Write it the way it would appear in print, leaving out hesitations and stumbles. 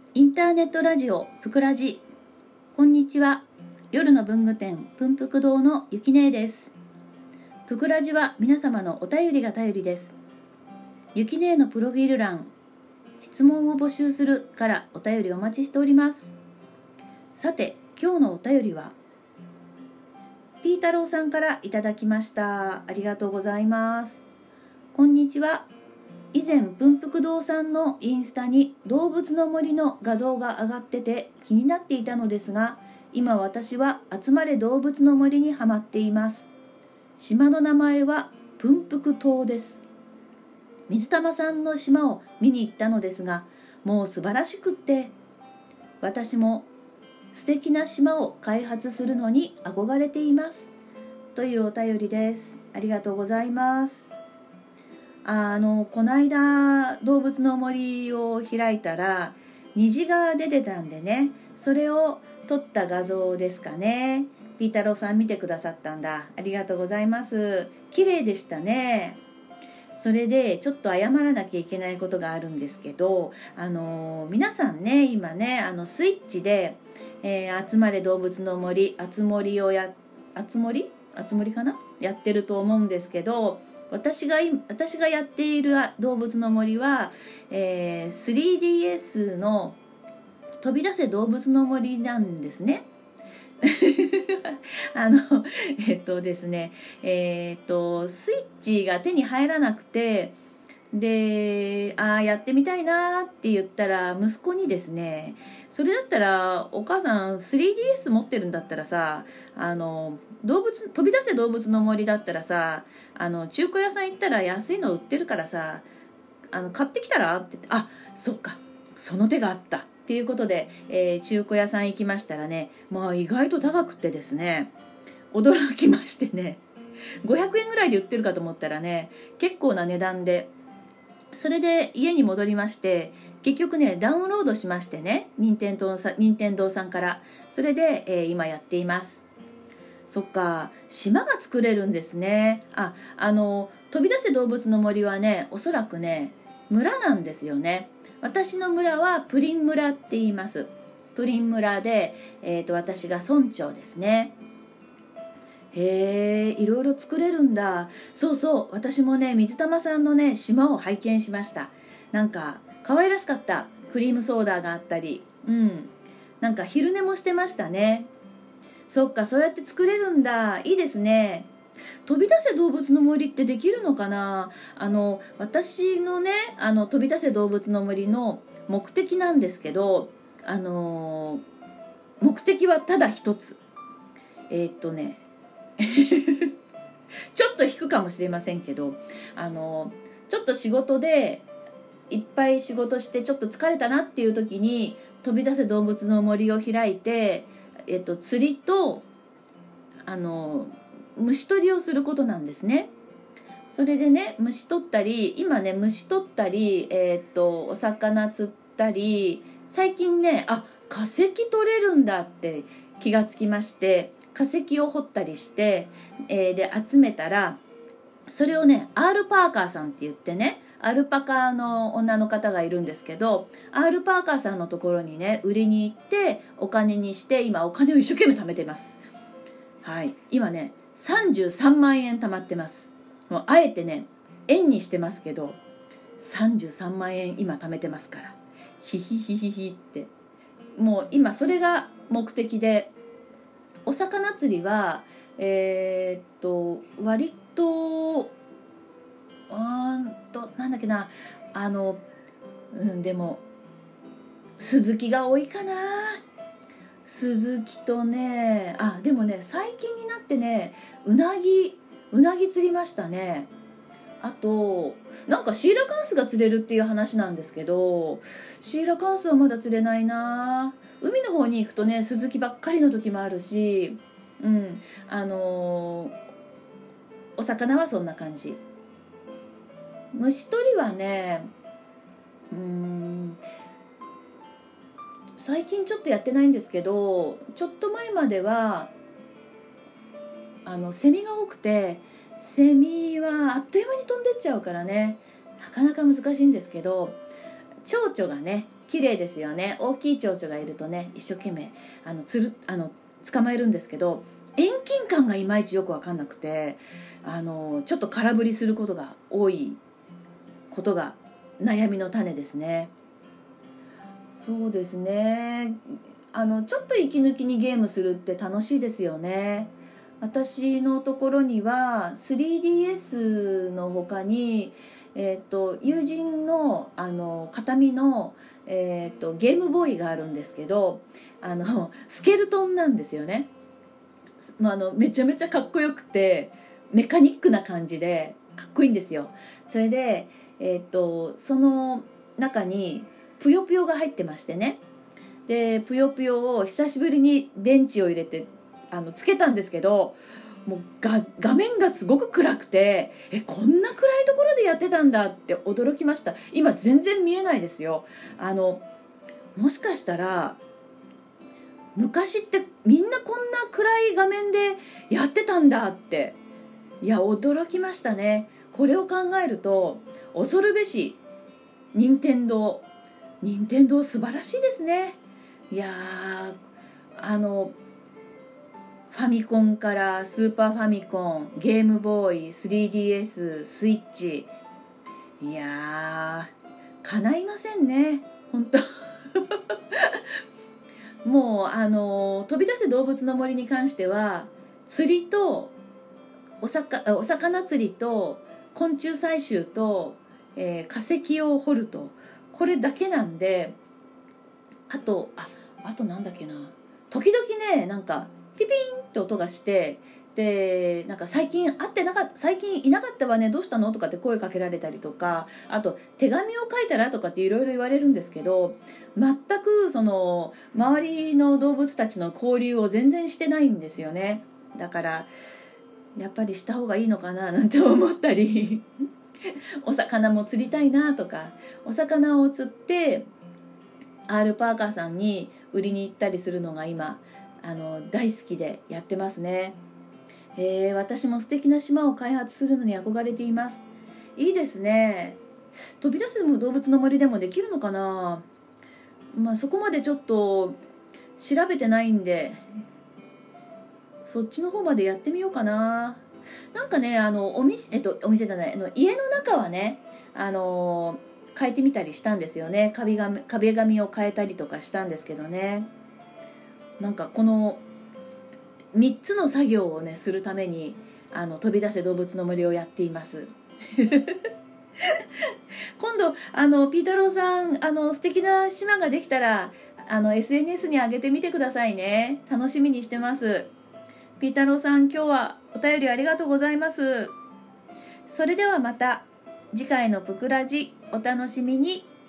インターネットラジオぷくらじ。こんにちは。夜の文具店ぷんぷく堂のゆきねえです。ぷくらじは皆様のお便りが頼りです。ゆきねえのプロフィール欄、質問を募集するからお便りお待ちしております。さて、今日のお便りはピー太郎さんからいただきました。ありがとうございます。こんにちは。以前ぷんぷく堂さんのインスタに動物の森の画像が上がってて気になっていたのですが、今私は集まれ動物の森にハマっています。島の名前はぷんぷく島です。水玉さんの島を見に行ったのですが、もう素晴らしくって、私も素敵な島を開発するのに憧れています、というお便りです。ありがとうございます。この間動物の森を開いたら虹が出てたんでね、それを撮った画像ですかね。ピー太郎さん見てくださったんだ。ありがとうございます。綺麗でしたね。それでちょっと謝らなきゃいけないことがあるんですけど、皆さんね、今ねスイッチで、集まれ動物の森、あつ森かな、やってると思うんですけど、私がやっている動物の森は、3DS の飛び出せ動物の森なんですね。ですね、スイッチが手に入らなくて、でやってみたいなって言ったら息子にですね、それだったらお母さん 3DS 持ってるんだったらさ、飛び出せ動物の森だったらさ、中古屋さん行ったら安いの売ってるからさ、買ってきたらって言って、そっか、その手があったっていうことで、中古屋さん行きましたらね、意外と高くてですね、驚きましてね、500円ぐらいで売ってるかと思ったらね、結構な値段で、それで家に戻りまして、結局ねダウンロードしましてね、任天堂さんから。それで、今やっています。そっか、島が作れるんですね。飛び出せ動物の森はね、おそらくね村なんですよね。私の村はプリン村って言います。プリン村で、私が村長ですね。へえ、いろいろ作れるんだ。そうそう、私もね水玉さんのね島を拝見しました。なんか可愛らしかった。クリームソーダがあったり、なんか昼寝もしてましたね。そっか、そうやって作れるんだ。いいですね。飛び出せ動物の森ってできるのかな。私のね飛び出せ動物の森の目的なんですけど、目的はただ一つ。ちょっと引くかもしれませんけど、ちょっと仕事でいっぱい仕事してちょっと疲れたなっていう時に飛び出せ動物の森を開いて、釣りと虫取りをすることなんですね。それでね、虫取ったり、お魚釣ったり、最近ね化石取れるんだって気がつきまして、化石を掘ったりして、で集めたら、それをねアールパーカーさんって言ってね、アルパカの女の方がいるんですけど、アールパーカーさんのところにね売りに行ってお金にして、今お金を一生懸命貯めてます。はい、今ね33万円貯まってます。もうあえてね円にしてますけど、33万円今貯めてますから、ヒヒヒヒヒって。もう今それが目的で、お魚釣りは割となんだっけな、でもスズキが多いかな。スズキとね、でもね最近になってねうなぎ釣りましたね。あとなんかシーラカンスが釣れるっていう話なんですけど、シーラカンスはまだ釣れないな。海の方に行くとねスズキばっかりの時もあるし、お魚はそんな感じ。虫取りはね、最近ちょっとやってないんですけど、ちょっと前まではセミが多くて、セミはあっという間に飛んでっちゃうからね、なかなか難しいんですけど、 蝶々がね綺麗ですよね。大きい蝶々がいるとね一生懸命捕まえるんですけど、遠近感がいまいちよく分かんなくてちょっと空振りすることが多いことが悩みの種ですね。そうですね、ちょっと息抜きにゲームするって楽しいですよね。私のところには 3DS の他に、友人の、形見の、ゲームボーイがあるんですけど、スケルトンなんですよね。めちゃめちゃかっこよくてメカニックな感じでかっこいいんですよ。それで、その中にぷよぷよが入ってましてね、でぷよぷよを久しぶりに電池を入れてつけたんですけど、もう画面がすごく暗くて、こんな暗いところでやってたんだって驚きました。今全然見えないですよ。もしかしたら昔ってみんなこんな暗い画面でやってたんだって、いや驚きましたね。これを考えると恐るべし任天堂素晴らしいですね。いやファミコンからスーパーファミコン、ゲームボーイ、3DS、スイッチ、いや叶いませんね本当もう飛び出せ動物の森に関しては釣りとお魚釣りと昆虫採集と、化石を掘ると、これだけなんで、あとなんだっけな、時々ねなんかピピンって音がして、でなんか最近いなかったわね、どうしたのとかって声かけられたりとか、あと手紙を書いたらとかっていろいろ言われるんですけど、全くその周りの動物たちの交流を全然してないんですよね。だからやっぱりした方がいいのかななんて思ったりお魚も釣りたいなとか、お魚を釣ってRパーカーさんに売りに行ったりするのが今大好きでやってますね。私も素敵な島を開発するのに憧れています。いいですね。飛び出す動物の森でもできるのかな。そこまでちょっと調べてないんで、そっちの方までやってみようかな。なんかねお店じゃない、家の中はね変えてみたりしたんですよね。壁紙を変えたりとかしたんですけどね、なんかこの3つの作業をねするために飛び出せ動物の森をやっています今度ピータローさん素敵な島ができたらSNS に上げてみてくださいね。楽しみにしてます。ピータローさん、今日はお便りありがとうございます。それではまた次回のぷくらじお楽しみに。